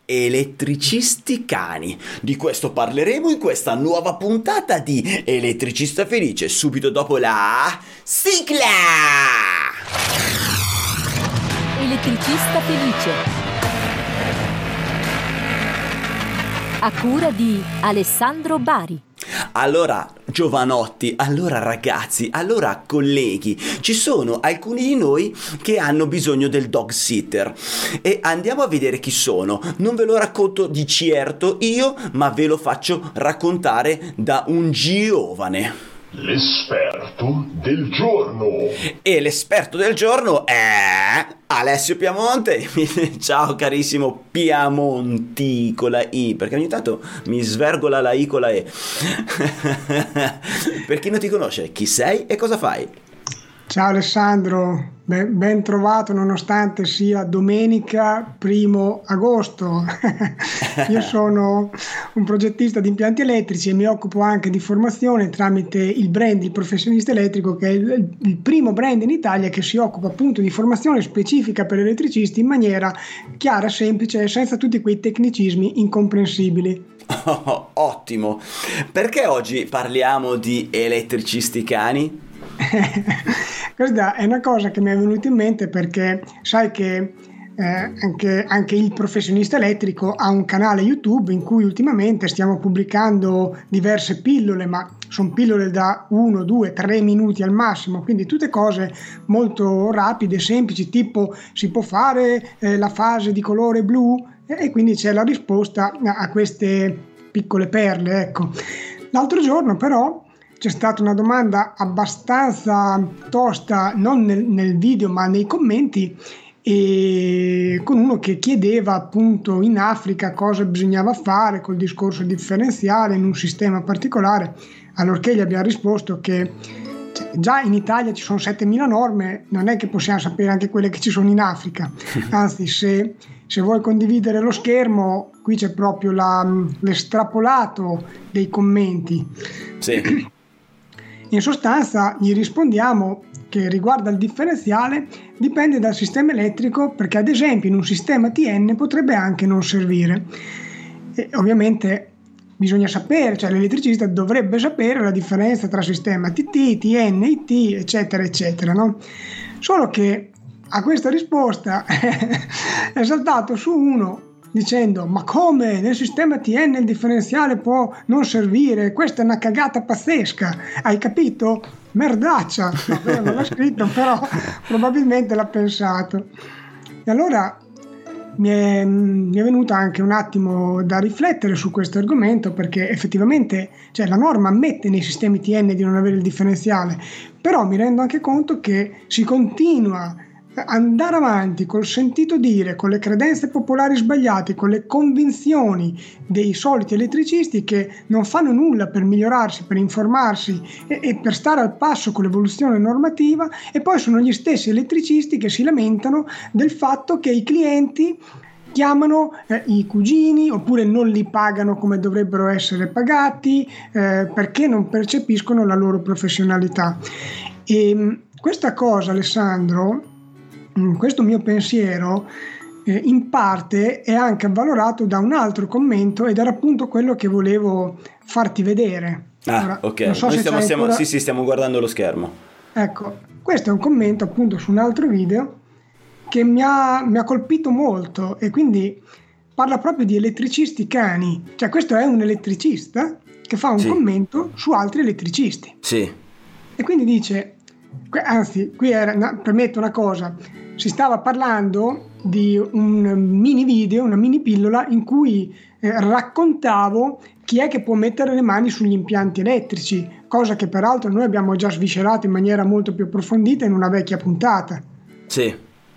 elettricisti cani. Di questo parleremo in questa nuova puntata di Elettricista Felice, subito dopo la sigla! Elettricista Felice, a cura di Alessandro Bari. Allora giovanotti, allora ragazzi, allora colleghi, ci sono alcuni di noi che hanno bisogno del dog sitter e andiamo a vedere chi sono. Non ve lo racconto di certo io, ma ve lo faccio raccontare da un giovane. L'esperto del giorno. E l'esperto del giorno è Alessio Piamonte. Ciao carissimo Piamonti con la I, perché ogni tanto mi svergola la I con la E. Per chi non ti conosce, chi sei e cosa fai? Ciao Alessandro, ben trovato nonostante sia domenica 1 agosto. Io sono un progettista di impianti elettrici e mi occupo anche di formazione tramite il brand Il Professionista Elettrico, che è il primo brand in Italia che si occupa appunto di formazione specifica per elettricisti in maniera chiara, semplice e senza tutti quei tecnicismi incomprensibili. Oh, ottimo! Perché oggi parliamo di elettricisti cani? Questa è una cosa che mi è venuta in mente perché sai che anche il professionista elettrico ha un canale YouTube in cui ultimamente stiamo pubblicando diverse pillole, ma sono pillole da 1, 2, 3 minuti al massimo, quindi tutte cose molto rapide, semplici, tipo si può fare la fase di colore blu e quindi c'è la risposta a queste piccole perle, ecco. L'altro giorno però c'è stata una domanda abbastanza tosta, non nel video ma nei commenti, e con uno che chiedeva appunto in Africa cosa bisognava fare col discorso differenziale in un sistema particolare, allorché gli abbiamo risposto che già in Italia ci sono 7.000 norme, non è che possiamo sapere anche quelle che ci sono in Africa, anzi se vuoi condividere lo schermo qui c'è proprio l'estrapolato dei commenti. Sì. In sostanza gli rispondiamo che riguardo al differenziale dipende dal sistema elettrico, perché ad esempio in un sistema TN potrebbe anche non servire. E ovviamente bisogna sapere, cioè l'elettricista dovrebbe sapere la differenza tra sistema TT, TN, IT, eccetera, eccetera, no? Solo che a questa risposta è saltato su uno dicendo: ma come, nel sistema TN il differenziale può non servire? Questa è una cagata pazzesca, hai capito? Merdaccia. No, non l'ha scritto, però probabilmente l'ha pensato. E allora mi è venuto anche un attimo da riflettere su questo argomento, perché effettivamente cioè, la norma ammette nei sistemi TN di non avere il differenziale, però mi rendo anche conto che si continua andare avanti col sentito dire, con le credenze popolari sbagliate, con le convinzioni dei soliti elettricisti che non fanno nulla per migliorarsi, per informarsi e per stare al passo con l'evoluzione normativa, e poi sono gli stessi elettricisti che si lamentano del fatto che i clienti chiamano i cugini oppure non li pagano come dovrebbero essere pagati perché non percepiscono la loro professionalità. E questa cosa, Alessandro, questo mio pensiero in parte è anche avvalorato da un altro commento ed era appunto quello che volevo farti vedere. Ora, ok, non so, noi stiamo guardando lo schermo. Ecco, questo è un commento appunto su un altro video che mi ha colpito molto, e quindi parla proprio di elettricisti cani, cioè questo è un elettricista che fa un commento su altri elettricisti. Sì. E quindi dice, anzi qui premetto una cosa, si stava parlando di un mini video, una mini pillola in cui raccontavo chi è che può mettere le mani sugli impianti elettrici, cosa che peraltro noi abbiamo già sviscerato in maniera molto più approfondita in una vecchia puntata. Sì.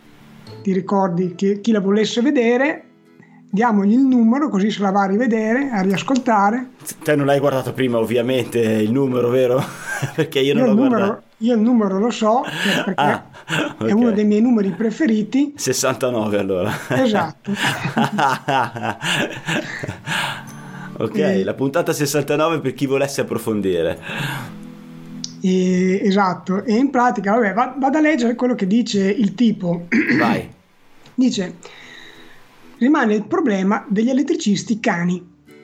Ti ricordi che chi la volesse vedere, diamogli il numero così se la va a rivedere, a riascoltare. Te non l'hai guardato prima ovviamente il numero, vero? Perché io non l'ho guardato. Io il numero lo so, perché okay, è uno dei miei numeri preferiti. 69 allora. Esatto. Ok, la puntata 69 per chi volesse approfondire. Esatto, e in pratica, vabbè, vado a leggere quello che dice il tipo. Vai. Dice: rimane il problema degli elettricisti cani.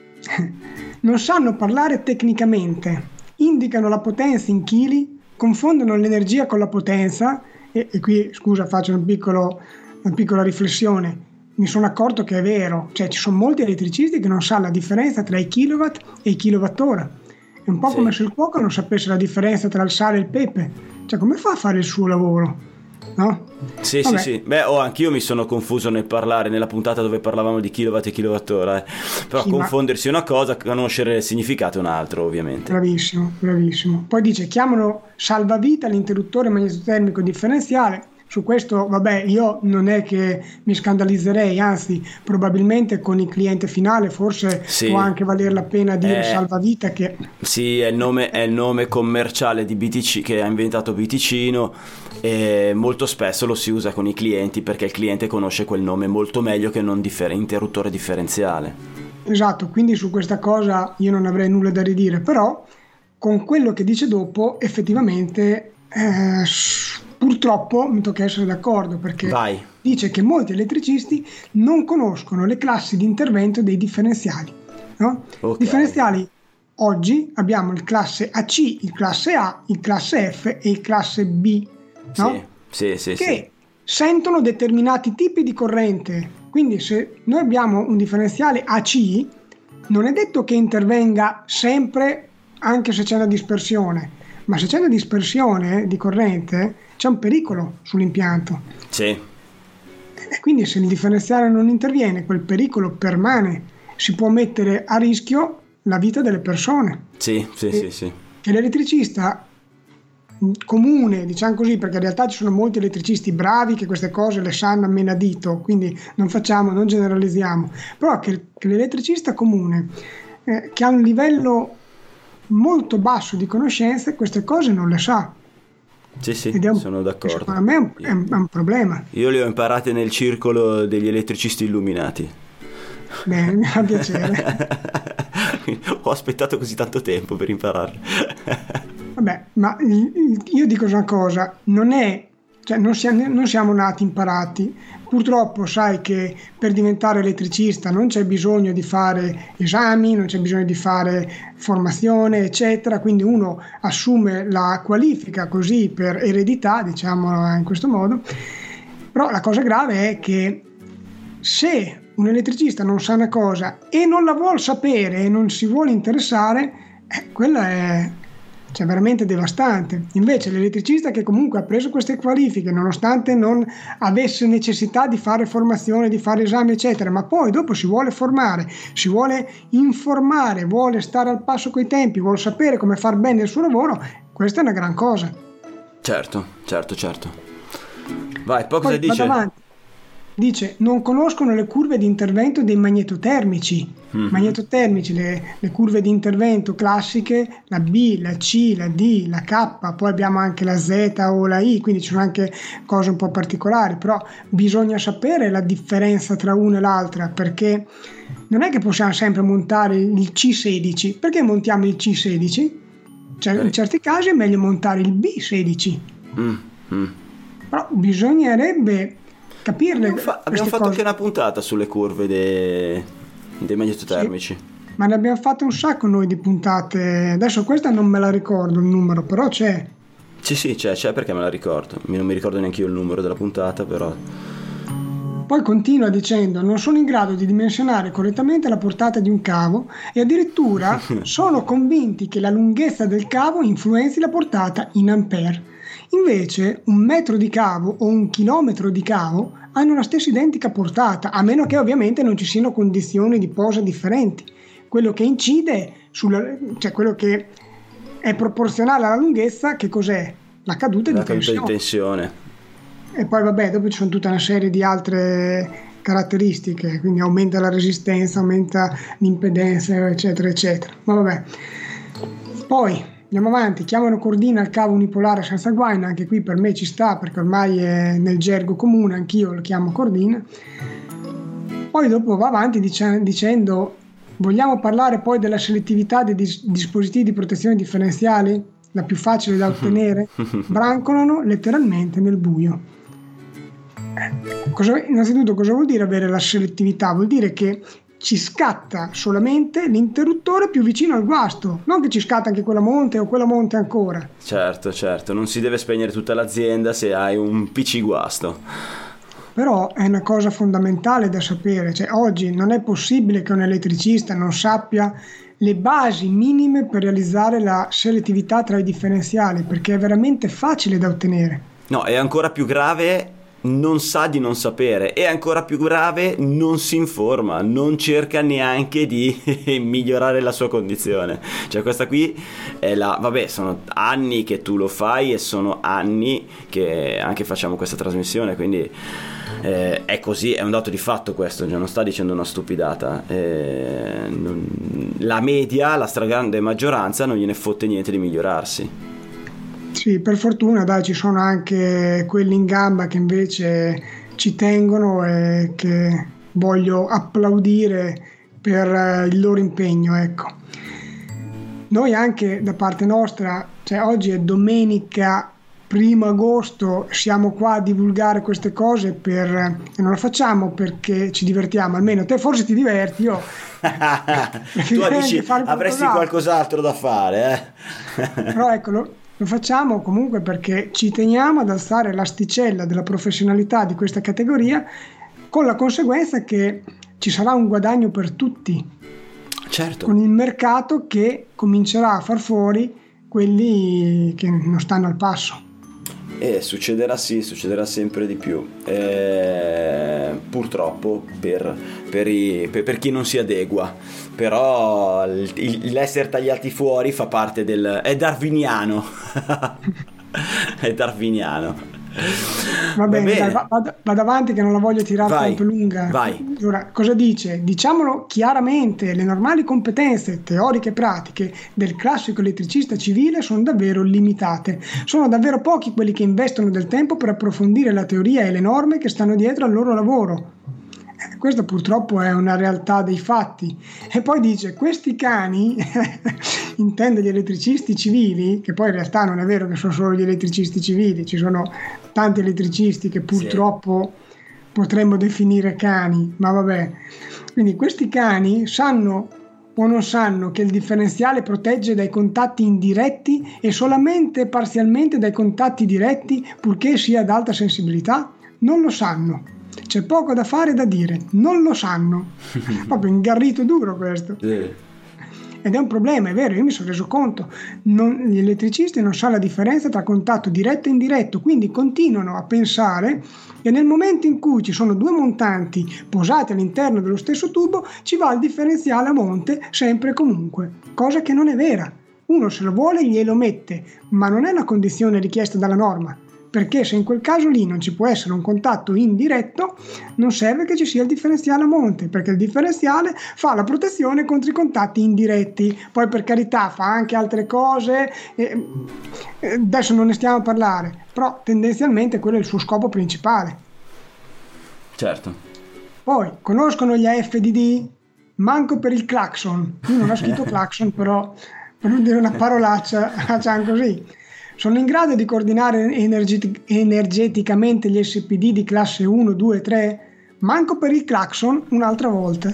Non sanno parlare tecnicamente, indicano la potenza in chili, confondono l'energia con la potenza e qui, scusa, faccio una piccola riflessione. Mi sono accorto che è vero, cioè ci sono molti elettricisti che non sanno la differenza tra i kilowatt e i kilowattora. È un po' come se il cuoco non sapesse la differenza tra il sale e il pepe. Cioè, come fa a fare il suo lavoro? No? Sì. Beh, anch'io mi sono confuso nel parlare nella puntata dove parlavamo di kilowatt e kilowattora. Però sì, confondersi una cosa, conoscere il significato è un altro, ovviamente. Bravissimo. Poi dice: chiamano salvavita l'interruttore magnetotermico differenziale. Su questo, vabbè, io non è che mi scandalizzerei, anzi, probabilmente con il cliente finale forse può anche valer la pena dire salvavita, che sì, è il nome commerciale di BTC che ha inventato BTcino, e molto spesso lo si usa con i clienti perché il cliente conosce quel nome molto meglio che non interruttore differenziale. Esatto, quindi su questa cosa io non avrei nulla da ridire, però con quello che dice dopo effettivamente purtroppo mi tocca essere d'accordo, perché dice che molti elettricisti non conoscono le classi di intervento dei differenziali, no? Okay. Differenziali, oggi abbiamo il classe AC, il classe A, il classe F e il classe B, no? Sì, che sentono determinati tipi di corrente. Quindi se noi abbiamo un differenziale AC, non è detto che intervenga sempre anche se c'è una dispersione, ma se c'è una dispersione di corrente c'è un pericolo sull'impianto. Sì. E quindi se il differenziale non interviene, quel pericolo permane, si può mettere a rischio la vita delle persone. Sì. Che l'elettricista comune, diciamo così, perché in realtà ci sono molti elettricisti bravi che queste cose le sanno a menadito, quindi non generalizziamo, però che l'elettricista comune che ha un livello molto basso di conoscenze queste cose non le sa. Sì, sono d'accordo. Secondo me è un problema. Io le ho imparate nel circolo degli elettricisti illuminati. Bene, mi fa piacere. Ho aspettato così tanto tempo per impararle. Vabbè, ma io dico una cosa, non siamo nati imparati. Purtroppo sai che per diventare elettricista non c'è bisogno di fare esami, non c'è bisogno di fare formazione, eccetera, quindi uno assume la qualifica così per eredità, diciamolo in questo modo. Però la cosa grave è che se un elettricista non sa una cosa e non la vuol sapere e non si vuole interessare, quella è veramente devastante. Invece l'elettricista che comunque ha preso queste qualifiche nonostante non avesse necessità di fare formazione, di fare esami eccetera, ma poi dopo si vuole formare, si vuole informare, vuole stare al passo coi tempi, vuole sapere come far bene il suo lavoro, questa è una gran cosa. Certo. Vai, poi cosa dice? Vado avanti. Dice: non conoscono le curve di intervento dei magnetotermici. Magnetotermici, le curve di intervento classiche, la B, la C, la D, la K, poi abbiamo anche la Z o la I, quindi ci sono anche cose un po' particolari, però bisogna sapere la differenza tra una e l'altra, perché non è che possiamo sempre montare il C16. Perché montiamo il C16? Cioè, in certi casi è meglio montare il B16. Però bisognerebbe capirle. Abbiamo fatto anche una puntata sulle curve dei magnetotermici. Sì, ma ne abbiamo fatto un sacco noi di puntate. Adesso questa non me la ricordo il numero, però c'è. Sì, c'è perché me la ricordo. Non mi ricordo neanche io il numero della puntata, però. Poi continua dicendo: non sono in grado di dimensionare correttamente la portata di un cavo e addirittura sono convinti che la lunghezza del cavo influenzi la portata in ampere. Invece un metro di cavo o un chilometro di cavo hanno la stessa identica portata, a meno che ovviamente non ci siano condizioni di posa differenti. Quello che incide quello che è proporzionale alla lunghezza, che cos'è? La caduta di tensione. E poi vabbè, dopo ci sono tutta una serie di altre caratteristiche, quindi aumenta la resistenza, aumenta l'impedenza, eccetera eccetera. Ma vabbè. Poi andiamo avanti, chiamano cordina al cavo unipolare senza guaina, anche qui per me ci sta perché ormai è nel gergo comune, anch'io lo chiamo cordina. Poi dopo va avanti dicendo: vogliamo parlare poi della selettività dei dispositivi di protezione differenziali, la più facile da ottenere? Brancolano letteralmente nel buio. Innanzitutto cosa vuol dire avere la selettività? Vuol dire che ci scatta solamente l'interruttore più vicino al guasto, non che ci scatta anche quella monte o quella monte ancora. Certo, non si deve spegnere tutta l'azienda se hai un PC guasto. Però è una cosa fondamentale da sapere, cioè oggi non è possibile che un elettricista non sappia le basi minime per realizzare la selettività tra i differenziali, perché è veramente facile da ottenere. No, è ancora più grave, non sa di non sapere, è ancora più grave, non si informa, non cerca neanche di migliorare la sua condizione. Cioè questa qui è vabbè, sono anni che tu lo fai e sono anni che anche facciamo questa trasmissione, quindi è così, è un dato di fatto questo, cioè non sta dicendo una stupidata. La media, la stragrande maggioranza non gliene fotte niente di migliorarsi. Sì, per fortuna dai, ci sono anche quelli in gamba che invece ci tengono e che voglio applaudire per il loro impegno, ecco. Noi anche da parte nostra, cioè oggi è domenica 1 agosto, siamo qua a divulgare queste cose e non lo facciamo perché ci divertiamo, almeno te forse ti diverti, io tu dici avresti qualcos'altro da fare, però ecco, lo facciamo comunque perché ci teniamo ad alzare l'asticella della professionalità di questa categoria, con la conseguenza che ci sarà un guadagno per tutti. Certo. Con il mercato che comincerà a far fuori quelli che non stanno al passo. Succederà sempre di più, purtroppo per chi non si adegua, però l'essere tagliati fuori fa parte è darwiniano. È darwiniano. Va bene. Dai, vado avanti che non la voglio tirare troppo lunga. Vai. Allora, cosa dice? Diciamolo chiaramente, le normali competenze teoriche e pratiche del classico elettricista civile sono davvero limitate. Sono davvero pochi quelli che investono del tempo per approfondire la teoria e le norme che stanno dietro al loro lavoro. Questa purtroppo è una realtà dei fatti. E poi dice, questi cani, intende gli elettricisti civili, che poi in realtà non è vero che sono solo gli elettricisti civili, ci sono tanti elettricisti che purtroppo potremmo definire cani, ma vabbè. Quindi questi cani sanno o non sanno che il differenziale protegge dai contatti indiretti e solamente parzialmente dai contatti diretti, purché sia ad alta sensibilità? Non lo sanno. C'è poco da fare e da dire, non lo sanno. Proprio ingarrito duro questo. Ed è un problema, è vero, io mi sono reso conto. Gli elettricisti non sanno la differenza tra contatto diretto e indiretto, quindi continuano a pensare che nel momento in cui ci sono due montanti posati all'interno dello stesso tubo ci va il differenziale a monte sempre e comunque, cosa che non è vera. Uno se lo vuole glielo mette, ma non è una condizione richiesta dalla norma. Perché se in quel caso lì non ci può essere un contatto indiretto, non serve che ci sia il differenziale a monte, perché il differenziale fa la protezione contro i contatti indiretti. Poi per carità fa anche altre cose, adesso non ne stiamo a parlare, però tendenzialmente quello è il suo scopo principale. Certo. Poi conoscono gli AFDD? Manco per il clacson. Io non ho scritto clacson, però per non dire una parolaccia facciamo così. Sono in grado di coordinare energeticamente gli SPD di classe 1, 2, 3? Manco per il clacson un'altra volta.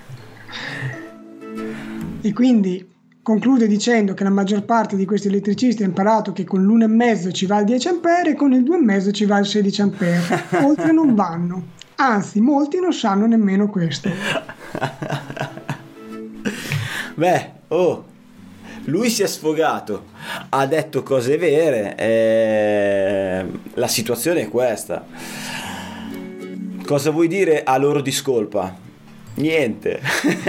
E quindi conclude dicendo che la maggior parte di questi elettricisti ha imparato che con l'1,5 ci va il 10 A e con il 2,5 ci va il 16 A. Oltre non vanno. Anzi, molti non sanno nemmeno questo. Beh, lui si è sfogato, ha detto cose vere, la situazione è questa. Cosa vuoi dire a loro discolpa? Niente.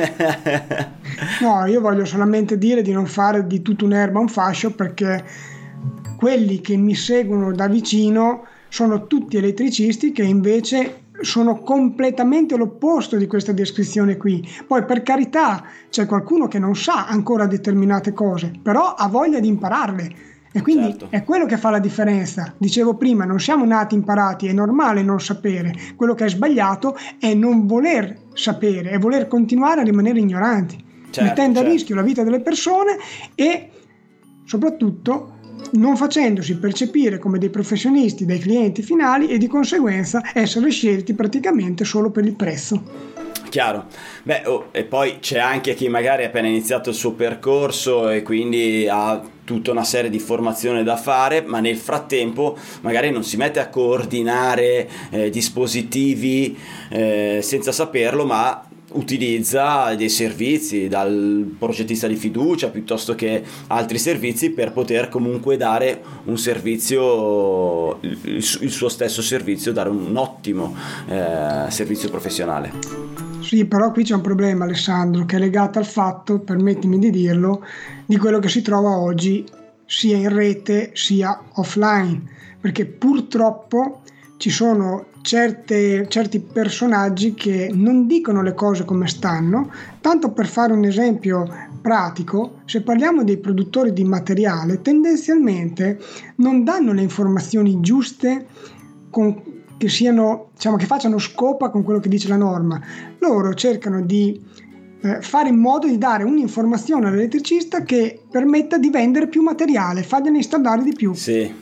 No, io voglio solamente dire di non fare di tutta un'erba un fascio, perché quelli che mi seguono da vicino sono tutti elettricisti che invece sono completamente l'opposto di questa descrizione qui. Poi per carità c'è qualcuno che non sa ancora determinate cose, però ha voglia di impararle e quindi certo. È quello che fa la differenza. Dicevo prima, non siamo nati imparati, è normale non sapere. Quello che è sbagliato è non voler sapere, è voler continuare a rimanere ignoranti, mettendo a rischio la vita delle persone e soprattutto non facendosi percepire come dei professionisti dai clienti finali e di conseguenza essere scelti praticamente solo per il prezzo. Chiaro. E poi c'è anche chi magari ha appena iniziato il suo percorso e quindi ha tutta una serie di formazione da fare, ma nel frattempo magari non si mette a coordinare dispositivi senza saperlo, ma utilizza dei servizi dal progettista di fiducia piuttosto che altri servizi per poter comunque dare un servizio, il suo stesso servizio, dare un ottimo servizio professionale. Sì, però qui c'è un problema, Alessandro, che è legato al fatto, permettimi di dirlo, di quello che si trova oggi sia in rete sia offline, perché purtroppo ci sono certi personaggi che non dicono le cose come stanno. Tanto per fare un esempio pratico, se parliamo dei produttori di materiale, tendenzialmente non danno le informazioni giuste che siano, diciamo, che facciano scopa con quello che dice la norma. Loro cercano di fare in modo di dare un'informazione all'elettricista che permetta di vendere più materiale, fargliene installare di più. Sì,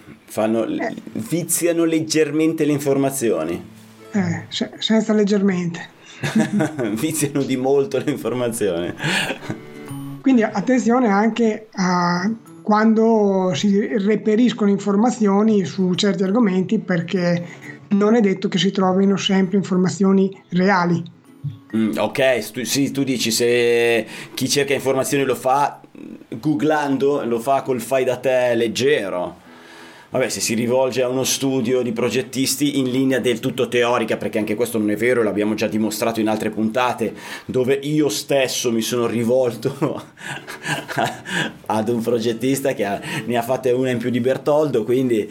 viziano leggermente le informazioni. Senza leggermente. Viziano di molto le informazioni. Quindi attenzione anche a quando si reperiscono informazioni su certi argomenti, perché non è detto che si trovino sempre informazioni reali. Ok, tu dici, se chi cerca informazioni lo fa googlando, lo fa col fai da te leggero. Vabbè, se si rivolge a uno studio di progettisti in linea del tutto teorica, perché anche questo non è vero, l'abbiamo già dimostrato in altre puntate, dove io stesso mi sono rivolto ad un progettista che ne ha fatte una in più di Bertoldo, quindi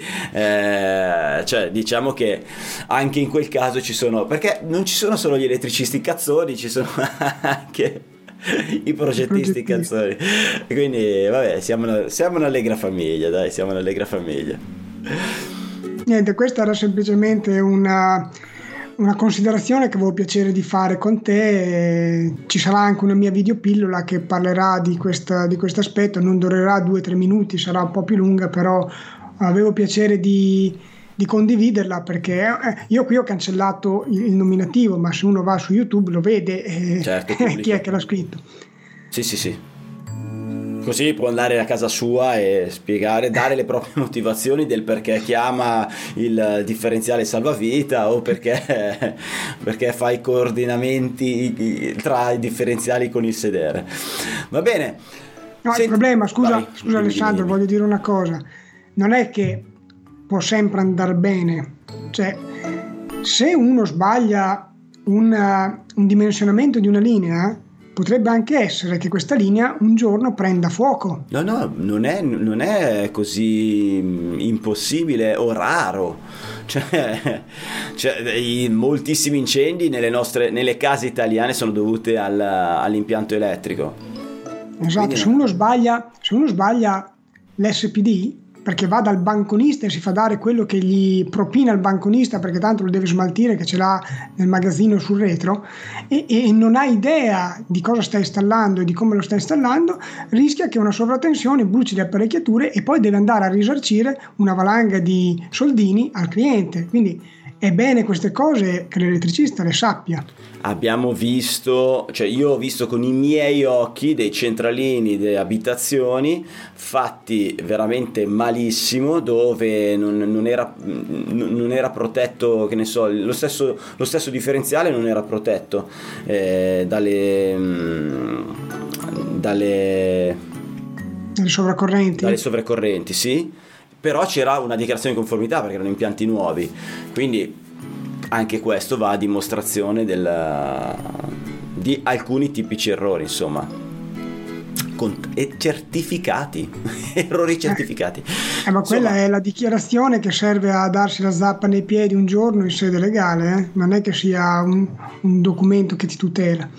cioè, diciamo che anche in quel caso ci sono, perché non ci sono solo gli elettricisti cazzoni, ci sono anche i progettisti cazzoni, quindi vabbè, siamo un'allegra famiglia, dai, siamo un'allegra famiglia. Niente, questa era semplicemente una considerazione che avevo piacere di fare con te. Ci sarà anche una mia videopillola che parlerà di questo aspetto, non durerà 2-3 minuti, sarà un po' più lunga, però avevo piacere di condividerla, perché io qui ho cancellato il nominativo, ma se uno va su YouTube lo vede, certo, chi è che l'ha scritto. Sì, così può andare a casa sua e spiegare, dare le proprie motivazioni del perché chiama il differenziale salvavita o perché fa i coordinamenti tra i differenziali con il sedere. Va bene. No, il problema, scusa Alessandro, voglio dire una cosa, non è che può sempre andare bene, cioè se uno sbaglia un dimensionamento di una linea, potrebbe anche essere che questa linea un giorno prenda fuoco. No, non è così impossibile o raro, cioè moltissimi incendi nelle case italiane sono dovuti all'impianto elettrico. Esatto. Se uno sbaglia l'SPD, perché va dal banconista e si fa dare quello che gli propina il banconista, perché tanto lo deve smaltire, che ce l'ha nel magazzino sul retro, e non ha idea di cosa sta installando e di come lo sta installando, rischia che una sovratensione bruci le apparecchiature e poi deve andare a risarcire una valanga di soldini al cliente. Quindi è bene queste cose che l'elettricista le sappia. Abbiamo visto, cioè io ho visto con i miei occhi dei centralini delle abitazioni fatti veramente malissimo, dove non era protetto, che ne so, lo stesso differenziale non era protetto dalle sovraccorrenti, sì, però c'era una dichiarazione di conformità perché erano impianti nuovi, quindi anche questo va a dimostrazione di alcuni tipici errori, insomma, e certificati, errori certificati. Ma quella è la dichiarazione che serve a darsi la zappa nei piedi un giorno in sede legale, non è che sia un documento che ti tutela.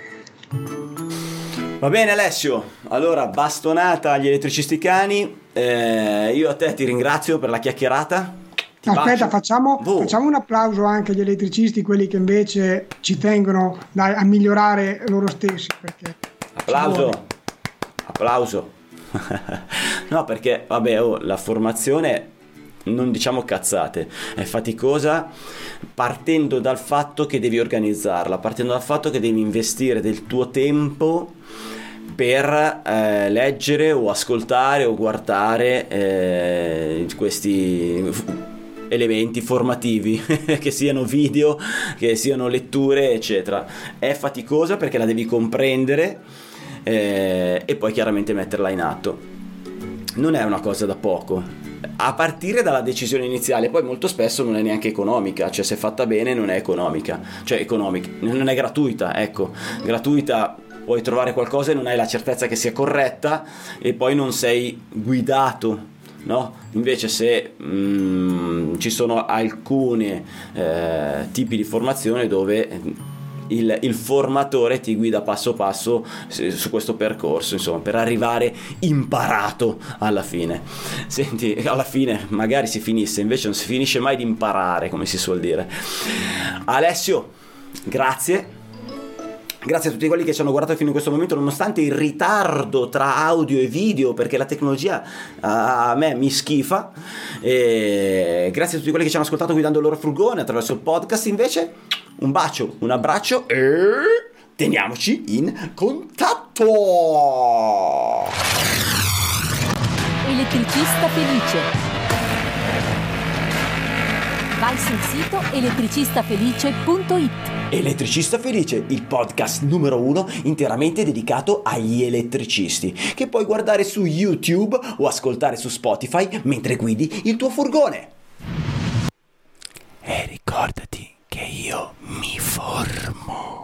Va bene Alessio, allora bastonata agli elettricisti cani, io a te ti ringrazio per la chiacchierata. Aspetta, facciamo un applauso anche agli elettricisti, quelli che invece ci tengono a migliorare loro stessi, perché applauso. No, perché vabbè, la formazione, non diciamo cazzate, è faticosa, partendo dal fatto che devi organizzarla, partendo dal fatto che devi investire del tuo tempo per leggere o ascoltare o guardare questi elementi formativi che siano video, che siano letture, eccetera. È faticosa perché la devi comprendere e poi chiaramente metterla in atto. Non è una cosa da poco, a partire dalla decisione iniziale. Poi molto spesso non è neanche economica, cioè se fatta bene non è economica, cioè economica, non è gratuita, ecco. Gratuita puoi trovare qualcosa e non hai la certezza che sia corretta e poi non sei guidato, no? Invece se ci sono alcuni tipi di formazione dove il formatore ti guida passo passo su questo percorso, insomma, per arrivare imparato alla fine. Senti, alla fine magari si finisse, invece non si finisce mai di imparare, come si suol dire. Alessio, grazie a tutti quelli che ci hanno guardato fino in questo momento, nonostante il ritardo tra audio e video, perché la tecnologia a me mi schifa. E grazie a tutti quelli che ci hanno ascoltato guidando il loro furgone attraverso il podcast. Invece un bacio, un abbraccio e teniamoci in contatto. Elettricista felice. Vai sul sito elettricistafelice.it. Elettricista Felice, il podcast numero 1 interamente dedicato agli elettricisti, che puoi guardare su YouTube o ascoltare su Spotify mentre guidi il tuo furgone. E ricordati che io mi formo.